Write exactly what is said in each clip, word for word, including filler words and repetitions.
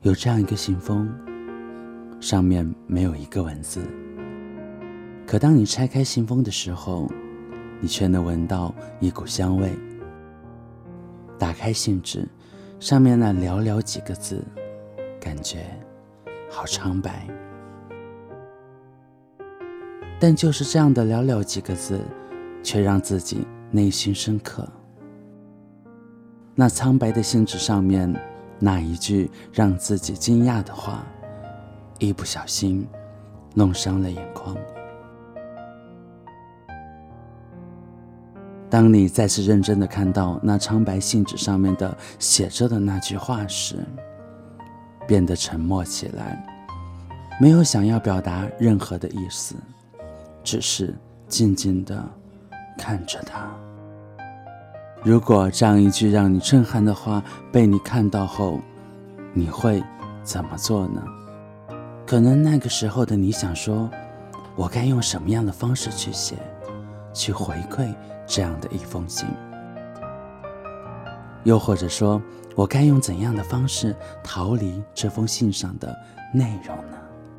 有这样一个信封，上面没有一个文字，可当你拆开信封的时候，你却能闻到一股香味。打开信纸，上面那寥寥几个字，感觉好苍白。但就是这样的寥寥几个字，却让自己内心深刻。那苍白的信纸上面那一句让自己惊讶的话，一不小心弄伤了眼眶。当你再次认真地看到那苍白信纸上面的写着的那句话时，变得沉默起来，没有想要表达任何的意思，只是静静地看着它。如果这样一句让你震撼的话被你看到后，你会怎么做呢？可能那个时候的你想说，我该用什么样的方式去写，去回馈这样的一封信？又或者说，我该用怎样的方式逃离这封信上的内容呢？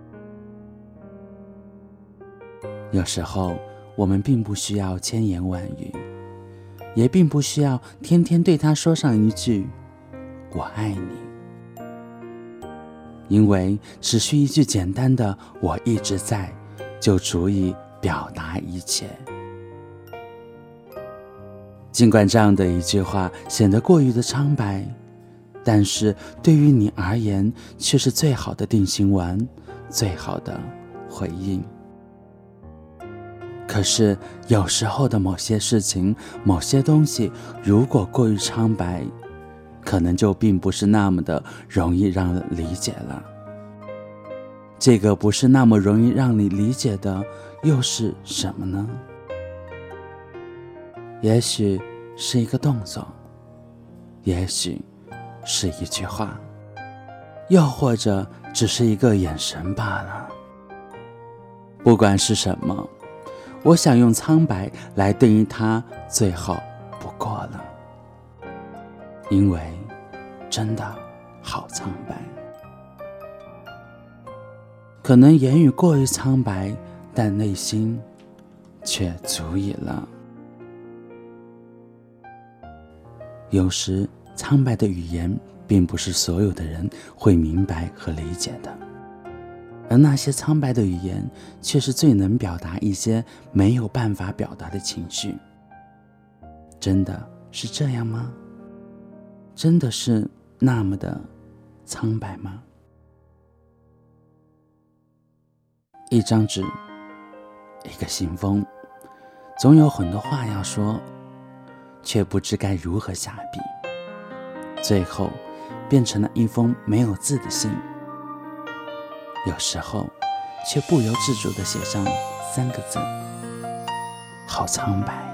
有时候我们并不需要千言万语，也并不需要天天对他说上一句我爱你，因为只需一句简单的我一直在，就足以表达一切。尽管这样的一句话显得过于的苍白，但是对于你而言却是最好的定心丸，最好的回应。可是有时候的某些事情，某些东西如果过于苍白，可能就并不是那么的容易让人理解了。这个不是那么容易让你理解的又是什么呢？也许是一个动作，也许是一句话，又或者只是一个眼神罢了。不管是什么，我想用苍白来定义它最好不过了，因为真的好苍白。可能言语过于苍白，但内心却足以了。有时苍白的语言并不是所有的人会明白和理解的，而那些苍白的语言却是最能表达一些没有办法表达的情绪。真的是这样吗？真的是那么的苍白吗？一张纸，一个信封，总有很多话要说，却不知该如何下笔，最后变成了一封没有字的信。有时候却不由自主地写上三个字，好苍白。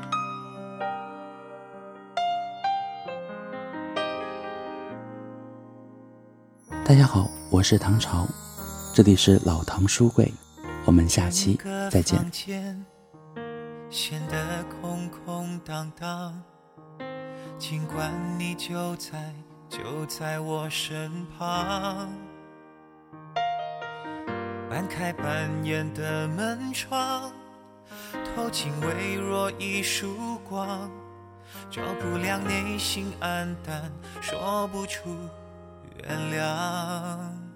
大家好，我是唐朝，这里是老唐书柜，我们下期再见。 显得空空荡荡，尽管你就在就在我身旁，半开半掩的门窗，透进微弱一束光，照不亮内心黯淡，说不出原谅。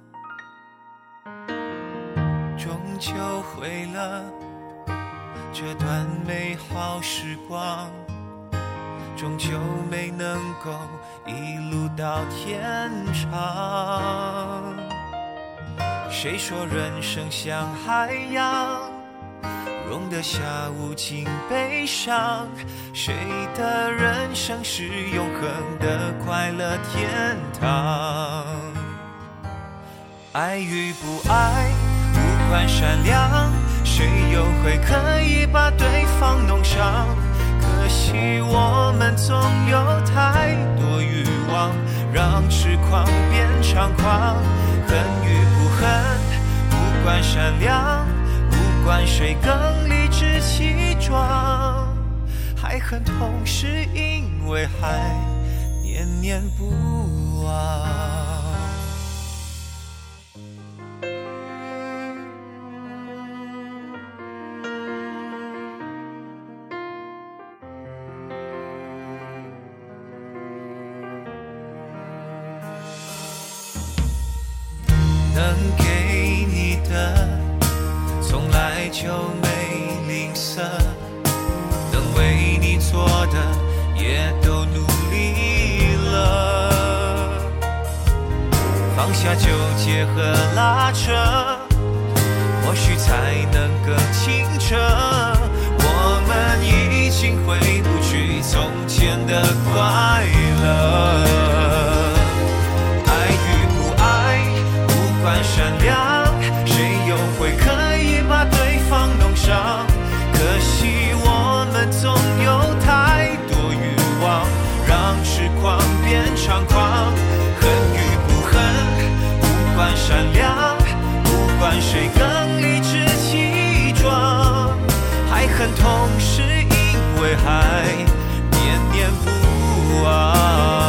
终究毁了这段美好时光，终究没能够一路到天长。谁说人生像海洋，容得下无尽悲伤？谁的人生是永恒的快乐天堂？爱与不爱无关善良，谁又会刻意把对方弄伤？可惜我们总有太多欲望，让痴狂变猖狂。恨与不恨无关善良，无关谁更理直气壮。爱恨痛是因为还念念不忘。 爱就没吝啬，能为你做的也都努力了，放下纠结和拉扯，或许才能更清澈。我们已经回不去从前的快乐，爱与不爱无关善良，谁又会刻意把对方弄伤？可惜我们总有太多欲望，让痴狂变猖狂。恨与不恨无关善良，不管谁更理直气壮，爱恨同时因为还念念不忘。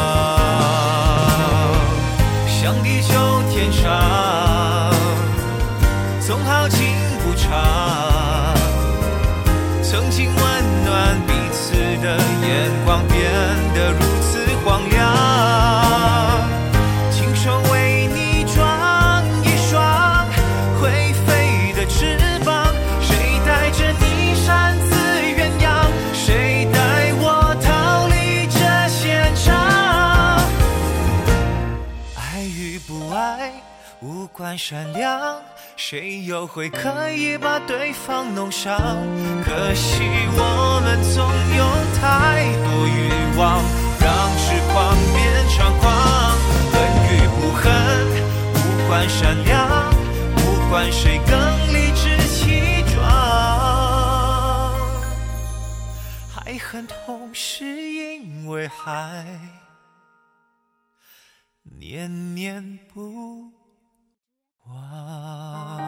像地久天长，总好景不长，曾经温暖彼此的眼光变得如此荒凉。亲手为你装一双会飞的翅膀，谁带着你擅自远扬，谁带我逃离这现场。爱与不爱无关善良，谁又会刻意把对方弄伤？可惜我们总有太多欲望，让痴狂变猖狂。恨与不恨无关善良，无关谁更理直气壮，爱恨同时因为还念念不忘。